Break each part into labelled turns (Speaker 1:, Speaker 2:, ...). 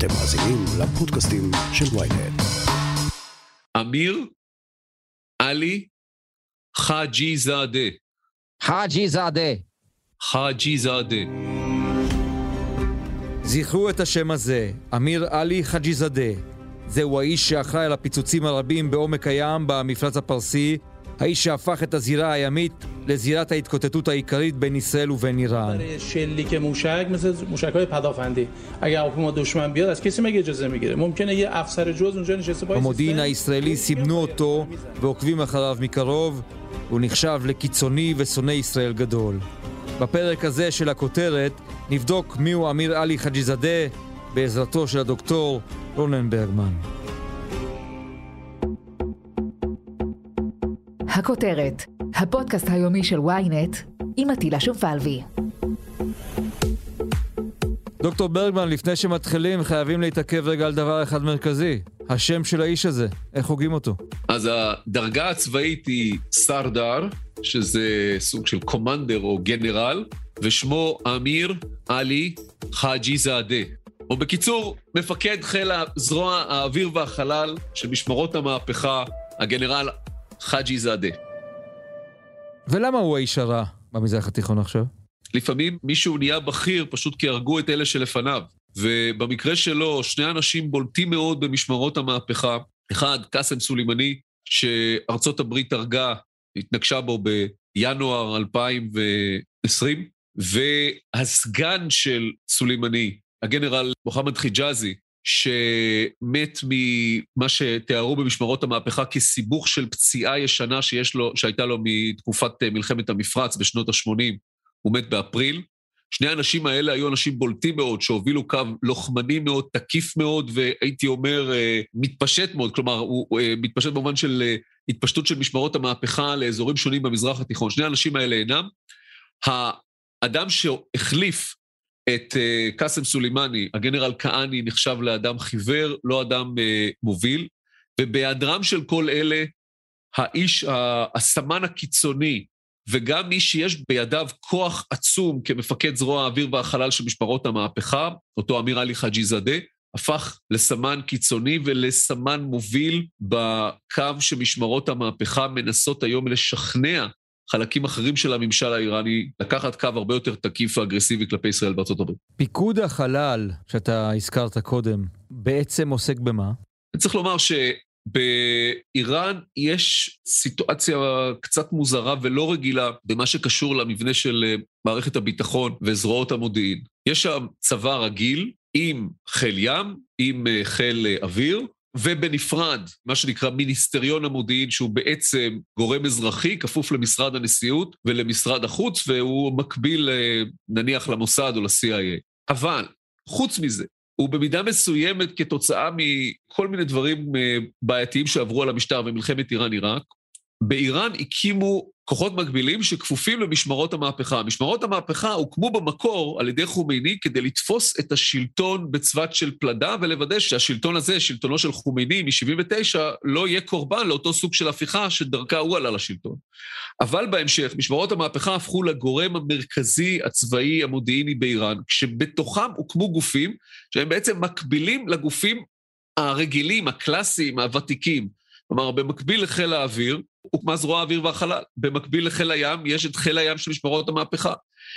Speaker 1: אתם מאזינים לפודקאסטים של ynet.
Speaker 2: אמיר עלי חאג'יזאדה. חאג'יזאדה.
Speaker 3: זכרו את השם הזה, אמיר עלי חאג'יזאדה. זהו האיש שאחראי על הפיצוצים הרבים בעומק הים במפרץ הפרסי, האיש שהפך את הזירה הימית לזירת ההתקוטטות העיקרית בין ישראל ובין איראן.
Speaker 4: شلیک موشک مثل موشک‌های پدافندی اگر هواپیما دشمن بیاد از کسی مگه اجازه میگیره ممکنه یه افسر جز اونجا نشسته باشه.
Speaker 3: במודיעין הישראלי סימנו אותו ועוקבים אחריו מקרוב. הוא נחשב לקיצוני ושונא ישראל גדול. בפרק הזה של הכותרת נבדוק מיהו אמיר עלי חאג'יזאדה בעזרתו של הדוקטור רונן ברגמן.
Speaker 5: הכותרת, הפודקאסט היומי של ynet עם עטילה שומפלבי.
Speaker 3: דוקטור ברגמן, לפני שמתחילים חייבים להתעכב רגע על דבר אחד מרכזי. השם של האיש הזה, איך הוגים אותו?
Speaker 2: אז הדרגה הצבאית היא סרדר, שזה סוג של קומנדר או גנרל, ושמו אמיר עלי חאג'יזאדה. או בקיצור, מפקד חיל זרוע האוויר והחלל של משמרות המהפכה, הגנרל חאג'יזאדה.
Speaker 3: ולמה הוא האיש הרע במזרח התיכון עכשיו?
Speaker 2: לפעמים מישהו נהיה בכיר פשוט כי הרגו את אלה שלפניו. ובמקרה שלו, שני אנשים בולטים מאוד במשמרות המהפכה. אחד, קאסם סולימני, שארצות הברית הרגה, התנגשה בו בינואר 2020, והסגן של סולימני, הגנרל מוחמד חיג'אזי, שמת ממה שתיארו במשמרות המהפכה כסיבוך של פציעה ישנה שהייתה לו מתקופת מלחמת המפרץ בשנות ה-80, הוא מת באפריל. שני האנשים האלה היו אנשים בולטים מאוד, שהובילו קו לוחמני מאוד, תקיף מאוד, והייתי אומר, מתפשט מאוד, כלומר, הוא מתפשט במובן של התפשטות של משמרות המהפכה לאזורים שונים במזרח התיכון. שני האנשים האלה אינם. האדם שהחליף את קאסם סולימני, הגנרל קאני, נחשב לאדם חיוור, לא אדם מוביל, ובהיעדרם של כל אלה, האיש, הסמן הקיצוני, וגם מי שיש בידיו כוח עצום כמפקד זרוע האוויר והחלל של משמרות המהפכה, אותו אמיר עלי חאג'יזאדה, הפך לסמן קיצוני ולסמן מוביל בקו שמשמרות המהפכה מנסות היום לשכנע חלקים אחרים של הממשל האיראני, לקחת קו הרבה יותר תקיף ואגרסיבי כלפי ישראל בארצות הברית.
Speaker 3: פיקוד החלל שאתה הזכרת קודם, בעצם עוסק במה?
Speaker 2: אני צריך לומר שבאיראן יש סיטואציה קצת מוזרה ולא רגילה במה שקשור למבנה של מערכת הביטחון וזרועות המודיעין. יש שם צבא רגיל עם חיל ים, עם חיל אוויר, ובנפרד, מה שנקרא מיניסטריון המודיעין, שהוא בעצם גורם אזרחי, כפוף למשרד הנשיאות ולמשרד החוץ, והוא מקביל נניח למוסד או ל-CIA. אבל, חוץ מזה, הוא במידה מסוימת כתוצאה מכל מיני דברים בעייתיים שעברו על המשטר במלחמת איראן-עיראק, באיראן הקימו כוחות מקבילים שכפופים למשמרות המהפכה. משמרות המהפכה הוקמו במקור על ידי חומייני כדי לתפוס את השלטון בצוות של פלדה, ולוודא שהשלטון הזה, שלטונו של חומייני מ-79, לא יהיה קורבן לאותו סוג של הפיכה שדרכה הוא עלה לשלטון. אבל בהמשך, משמרות המהפכה הפכו לגורם המרכזי הצבאי המודיעיני באיראן, כשבתוכם הוקמו גופים שהם בעצם מקבילים לגופים הרגילים, הקלאסיים, הוותיקים. כלומר, במקביל לחיל האוויר, הוקמה זרוע האוויר והחלל. במקביל לחיל הים, יש את חיל הים של משמרות המהפכה.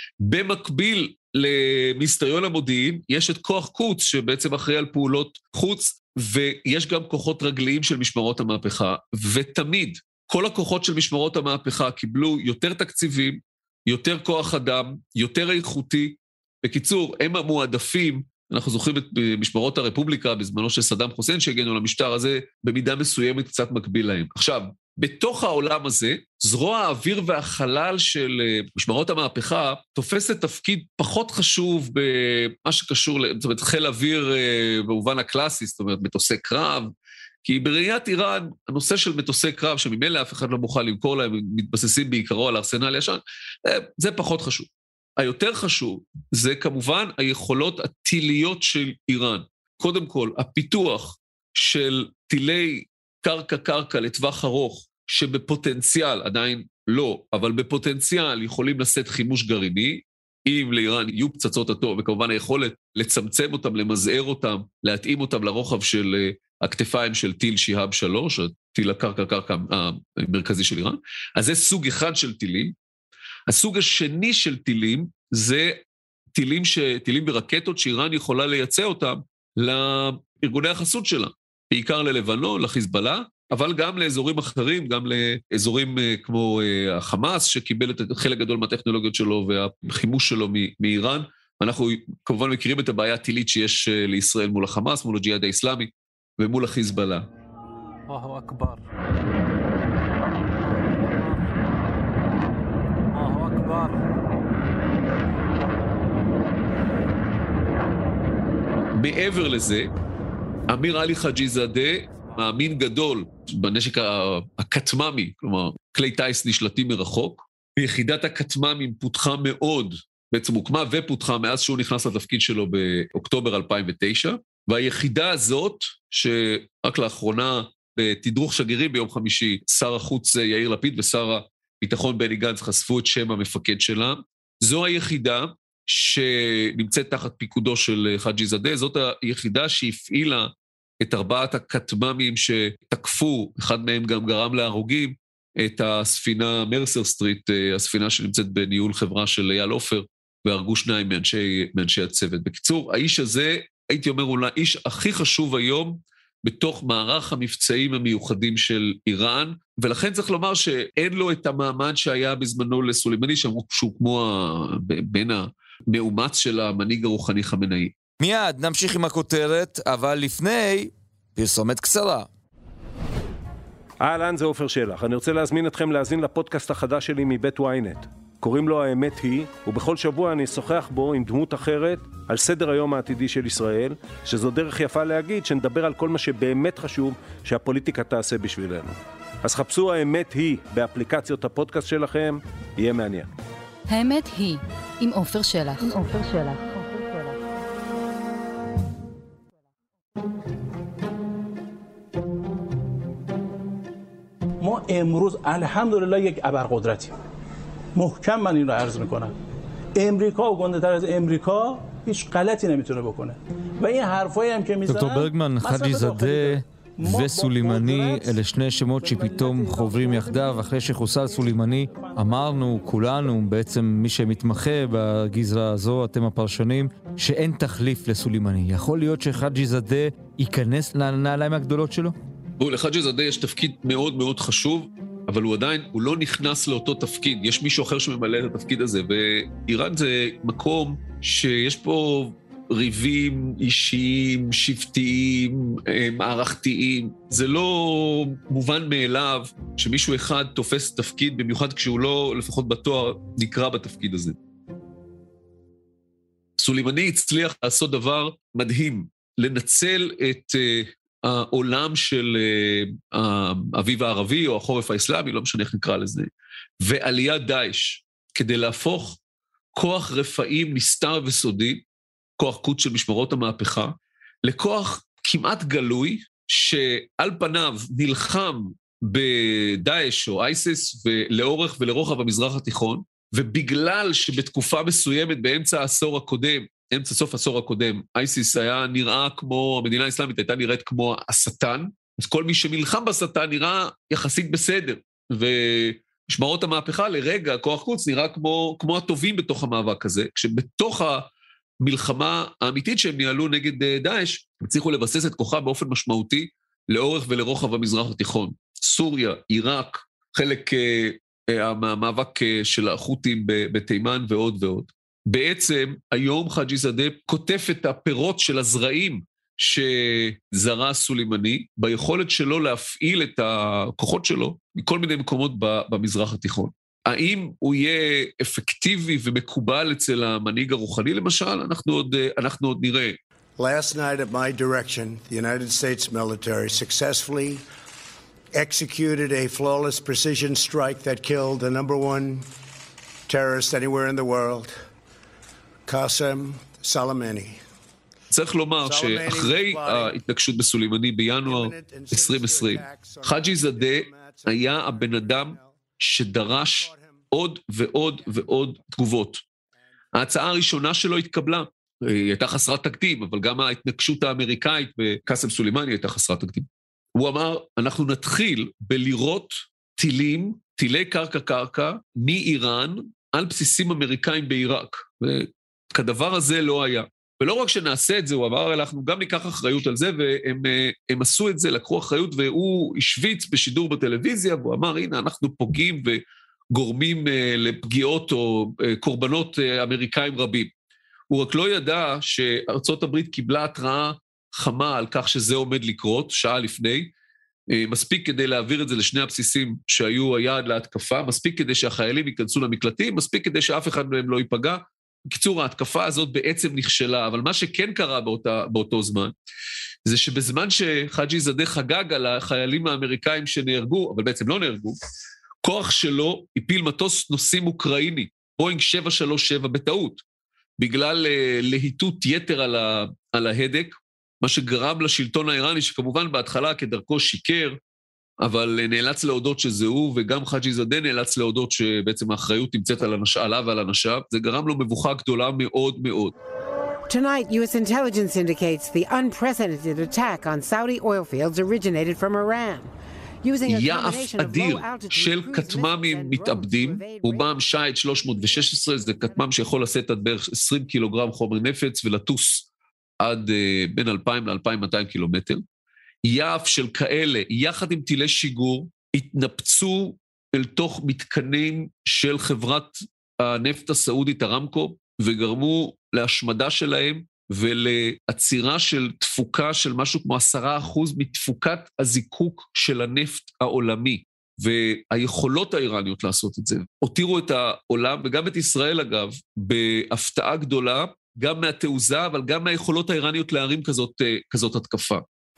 Speaker 2: במקביל למיניסטריון המודיעין, יש את כוח קוץ, שבעצם אחראי על פעולות חוץ, ויש גם כוחות רגליים של משמרות המהפכה. ותמיד, כל הכוחות של משמרות המהפכה קיבלו יותר תקציבים, יותר כוח אדם, יותר איכותי. בקיצור, הם המועדפים, אנחנו זוכרים את משמרות הרפובליקה בזמנו של סדאם חוסיין שהגנו למשטר הזה, במידה מסוימת קצת מקביל להם. עכשיו, בתוך העולם הזה, זרוע האוויר והחלל של משמרות המהפכה תופסת תפקיד פחות חשוב במה שקשור, זאת אומרת, חיל אוויר במובן הקלאסי, זאת אומרת, מטוסי קרב, כי בראיית איראן, הנושא של מטוסי קרב, שממילא אף אחד לא מוכן למכור להם, מתבססים בעיקרו על ארסנל ישן, זה פחות חשוב. היותר חשוב זה כמובן היכולות הטיליות של איראן. קודם כל, הפיתוח של טילי קרקע לטווח ארוך, שבפוטנציאל, עדיין לא, אבל בפוטנציאל יכולים לשאת חימוש גרעיני, אם לאיראן יהיו פצצות אטום, וכמובן היכולת לצמצם אותם, למזער אותם, להתאים אותם לרוחב של הכתפיים של טיל שיהאב 3, טיל הקרקע המרכזי של איראן, אז זה סוג אחד של טילים. הסוג השני של טילים זה טילים ברקטות שאיראן יכולה לייצא אותם לארגוני החסות שלה, בעיקר ללבנון, לחיזבאללה, אבל גם לאזורים אחרים, גם לאזורים כמו החמאס, שקיבל את חלק גדול מהטכנולוגיות שלו והחימוש שלו מאיראן. אנחנו כמובן מכירים את הבעיה הטילית שיש לישראל מול החמאס, מול הג'יהאד האסלאמי ומול החיזבאללה.
Speaker 6: אללהו אכבר. אללהו אכבר.
Speaker 2: מעבר לזה, אמיר עלי חג'יזאדה, מאמין גדול בנשק הכתממי, כלומר, כלי טייס נשלטים מרחוק, ויחידת הכתממים פותחה מאוד, בעצם הוקמה ופותחה מאז שהוא נכנס לתפקיד שלו באוקטובר 2009, והיחידה הזאת, שרק לאחרונה בתדרוך שגרירי ביום חמישי, שר החוץ יאיר לפיד ושר הביטחון בני גנץ חשפו את שם המפקד שלה, זו היחידה שנמצאת תחת פיקודו של חג'יזאדה, זאת היחידה שהפעילה את 4 הכתממים שתקפו, אחד מהם גם גרם להרוגים, את הספינה מרסר סטריט, הספינה שנמצאת בניהול חברה של אייל עופר, והרגו 2 מאנשי הצוות. בקיצור, האיש הזה, הייתי אומר אולי, האיש הכי חשוב היום, בתוך מערך המבצעים המיוחדים של איראן, ולכן צריך לומר שאין לו את המעמד שהיה בזמנו לסולימני, שאמרו שהוא כמו בין המאומץ של המנהיג הרוחני חמינאי.
Speaker 3: מיד נמשיך עם הכותרת, אבל לפני פרסומת קצרה.
Speaker 7: אהלן, זה עופר שלח. אני רוצה להזמין אתכם להאזין לפודקאסט החדש שלי מבית ynet. קוראים לו האמת היא, ובכל שבוע אני אשוחח בו עם דמות אחרת על סדר היום העתידי של ישראל, שזו דרך יפה להגיד שנדבר על כל מה שבאמת חשוב שהפוליטיקה תעשה בשבילנו. אז חפשו האמת היא באפליקציות הפודקאסט שלכם, יהיה מעניין.
Speaker 8: האמת היא, עם עופר שלח.
Speaker 4: ما امروز الحمدلله یک ابرقدرتیم. محکم من این رو عرض میکنم. امریکا و گنده تر از امریکا هیچ غلطی نمیتونه بکنه. و این حرفایی هم که میزنن
Speaker 3: דוקטור ברגמן, חג'יזאדה וסולימני, אלה שני שמות שפתאום חוברים יחדיו אחרי שחוסל סולימני. אמרנו כולנו, בעצם מי שמתמחה בגזרה הזו, אתם הפרשנים, שאין תחליף לסולימני. יכול להיות שחג'יזאדה ייכנס לנעליים הגדולות שלו?
Speaker 2: לחג'יזאדה יש תפקיד מאוד מאוד חשוב, אבל הוא עדיין, הוא לא נכנס לאותו תפקיד. יש מישהו אחר שממלא את התפקיד הזה, ואיראן זה מקום שיש פה ריבים אישיים, שבטיים, מערכתיים. זה לא מובן מאליו שמישהו אחד תופס תפקיד, במיוחד כשהוא לא, לפחות בתואר, נקרא בתפקיד הזה. סולימני הצליח לעשות דבר מדהים, לנצל את העולם של האביב הערבי או החורף האסלאמי, לא משנה איך נקרא לזה, ועליית דאעש, כדי להפוך כוח רפאים נסתר וסודי, כוח קודס של משמרות המהפכה, לכוח כמעט גלוי, שעל פניו נלחם בדאעש או אייסיס, ולאורך ולרוחב המזרח התיכון, ובגלל שבתקופה מסוימת באמצע העשור הקודם, אמצע סוף העשור הקודם, אייסיס היה נראה כמו, המדינה האסלאמית הייתה נראית כמו השטן, אז כל מי שמלחם בשטן נראה יחסית בסדר, ומשמרות המהפכה לרגע, כוח קודס נראה כמו הטובים בתוך המאבק הזה, כשבתוך המלחמה האמיתית שהם ניהלו נגד דאעש, הצליחו לבסס את כוחה באופן משמעותי, לאורך ולרוחב המזרח התיכון. סוריה, עיראק, חלק מהמאבק של החות'ים בתימן ועוד ועוד. בעצם היום חג'יזאדה כותף את הפירות של הזרעים שזרע סולימני, ביכולת שלו להפעיל את הכוחות שלו מכל מיני מקומות במזרח התיכון. האם הוא יהיה אפקטיבי ומקובל אצל המנהיג הרוחני למשל? אנחנו עוד נראה.
Speaker 9: Last night at my direction, the United States military successfully executed a flawless precision strike that killed the number one terrorist anywhere in the world, Qasem Soleimani.
Speaker 2: צריך לומר שאחרי ההתנגשות בסולימני בינואר 2020, חג'יזאדה היה הבן אדם שדרש עוד ועוד ועוד תגובות. ההצעה הראשונה שלו התקבלה, היא הייתה חסרת תקדים, אבל גם ההתנגשות האמריקאית בקאסם סולימני הייתה חסרת תקדים. הוא אמר, אנחנו נתחיל בלירות טילי קרקע מאיראן, על בסיסים אמריקאים בעיראק, וכדבר הזה לא היה. ולא רק שנעשה את זה, הוא אמר, אנחנו גם ניקח אחריות על זה, והם עשו את זה, לקחו אחריות, והוא השוויץ בשידור בטלוויזיה, והוא אמר, הנה, אנחנו פוגעים וגורמים לפגיעות או קורבנות אמריקאים רבים. הוא רק לא ידע שארצות הברית קיבלה התראה חמה על כך שזה עומד לקרות, שעה לפני, מספיק כדי להעביר את זה לשני הבסיסים שהיו היעד להתקפה, מספיק כדי שהחיילים ייכנסו למקלטים, מספיק כדי שאף אחד מהם לא ייפגע. בקיצור, ההתקפה הזאת בעצם נכשלה, אבל מה שכן קרה באותו זמן, זה שבזמן שחאג'י זאדה חגג על החיילים האמריקאים שנהרגו, אבל בעצם לא נהרגו, כוח שלו הפיל מטוס נוסעים אוקראיני, בואינג 737 בטעות, בגלל להיטות יתר על ההדק, מה שגרם לשלטון האיראני, שכמובן בהתחלה כדרכו שיקר, אבל נאלץ להודות שזה הוא, וגם חאג'י זאדה נאלץ להודות שבעצם האחריות נמצאת עליו ועל אנשיו, זה גרם לו מבוכה גדולה מאוד מאוד.
Speaker 10: Tonight, U.S. intelligence indicates the unprecedented attack on Saudi oil fields originated from Iran.
Speaker 2: יעף אדיר של כתממים מתאבדים, רובם שייט 316, זה כתמם שיכול לשאת עד בערך 20 קילוגרם חומר נפץ ולטוס עד בין 2,000 ל-2,200 קילומטר. יעף של כאלה, יחד עם טילי שיגור, התנפצו אל תוך מתקנים של חברת הנפט הסעודית הרמקו, וגרמו להשמדה שלהם ולעצירה של תפוקה של משהו כמו 10% מתפוקת הזיקוק של הנפט העולמי, והיכולות האיראניות לעשות את זה. הותירו את העולם, וגם את ישראל אגב, בהפתעה גדולה, גם מהתעוזה, אבל גם מהיכולות האיראניות להרים כזאת התקפה.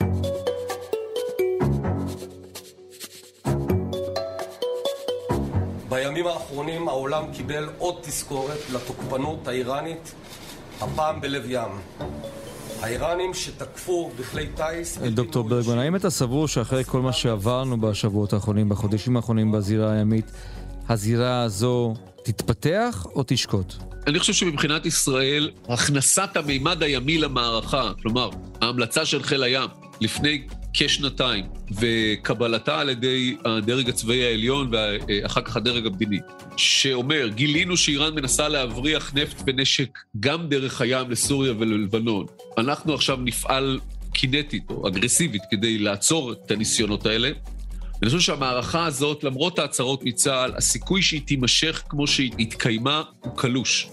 Speaker 11: בימים האחרונים העולם קיבל עוד תזכורת לתוקפנות האיראנית, הפעם בלב ים. האיראנים שתקפו בכלי טייס...
Speaker 3: דוקטור ברגמן, האם אתה סבור שאחרי כל מה שעברנו בשבועות האחרונים, בחודשים האחרונים בזירה הימית, הזירה הזו תתפתח או תשקוט?
Speaker 2: אני חושב שמבחינת ישראל, הכנסת המימד הימי למערכה, כלומר, ההמלצה של חיל הים, לפני כשנתיים, וקבלתה על ידי הדרג הצבאי העליון, ואחר כך הדרג המדיני, שאומר, גילינו שאיראן מנסה להבריח נפט ונשק גם דרך הים לסוריה וללבנון. אנחנו עכשיו נפעל קינטית או אגרסיבית כדי לעצור את הניסיונות האלה. אני חושב שהמערכה הזאת, למרות ההצהרות מצה"ל, הסיכוי שהיא תימשך כמו שהיא התקיימה הוא קלוש.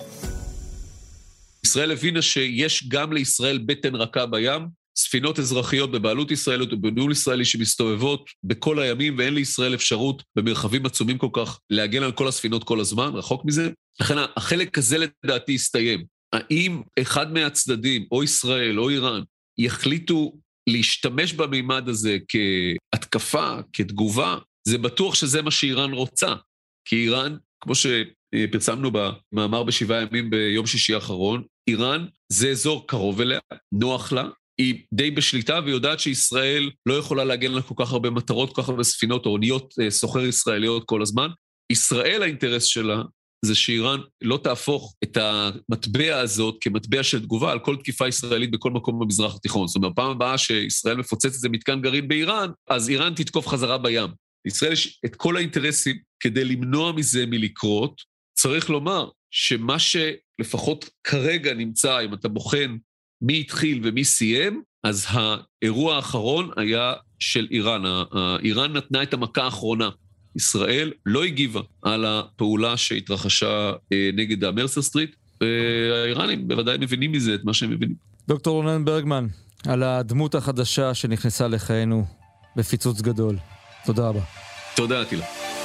Speaker 2: ישראל הבינה שיש גם לישראל בטן רכה בים, ספינות אזרחיות בבעלות ישראלית ובניהול ישראלי שמסתובבות בכל הימים, ואין לישראל אפשרות במרחבים עצומים כל כך להגן על כל הספינות כל הזמן, רחוק מזה. לכן החלק הזה לדעתי יסתיים. האם אחד מהצדדים, או ישראל או איראן, יחליטו להשתמש במימד הזה כהתקפה, כתגובה, זה בטוח שזה מה שאיראן רוצה. כי איראן, כמו שפרסמנו במאמר ב7 ימים ביום שישי האחרון, איראן זה אזור קרוב אליה, נוח לה, היא די בשליטה ויודעת שישראל לא יכולה להגן על כל כך הרבה מטרות, כל כך הרבה ספינות או אוניות סוחר ישראליות כל הזמן. ישראל האינטרס שלה זה שאיראן לא תהפוך את המטבע הזאת כמטבע של תגובה על כל תקיפה ישראלית בכל מקום במזרח התיכון. זאת אומרת, פעם הבאה שישראל מפוצצת את זה מתקן גרעין באיראן, אז איראן תתקוף חזרה בים. ישראל יש את כל האינטרסים כדי למנוע מזה מלקרות. צריך לומר שמה שלפחות כרגע נמצא, אם אתה בוחן מי התחיל ומי סיים, אז האירוע האחרון היה של איראן. איראן נתנה את המכה האחרונה. ישראל לא הגיבה על הפעולה שהתרחשה נגד המרסר סטריט, והאיראנים בוודאי מבינים מזה את מה שהם מבינים.
Speaker 3: דוקטור רונן ברגמן, על הדמות החדשה שנכנסה לחיינו בפיצוץ גדול. תודה רבה.
Speaker 2: תודה, אטילה.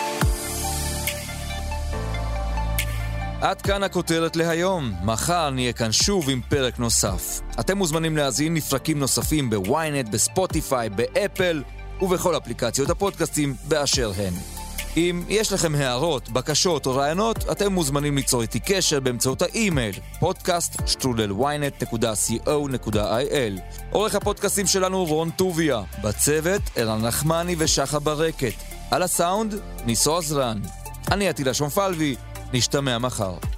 Speaker 3: עד כאן הכותרת להיום. מחר נהיה כאן שוב עם פרק נוסף. אתם מוזמנים להזין לפרקים נוספים בוויינט, בספוטיפיי, באפל ובכל אפליקציות הפודקאסטים באשר הן. אם יש לכם הערות, בקשות או רעיונות, אתם מוזמנים ליצור איתי קשר באמצעות האימייל podcast@ynet.co.il. עורך הפודקאסטים שלנו רון טוביה, בצוות ערן נחמני ושחה ברקת, על הסאונד ניסו עזרן. אני אטילה שומפלבי, נשתמע מחר.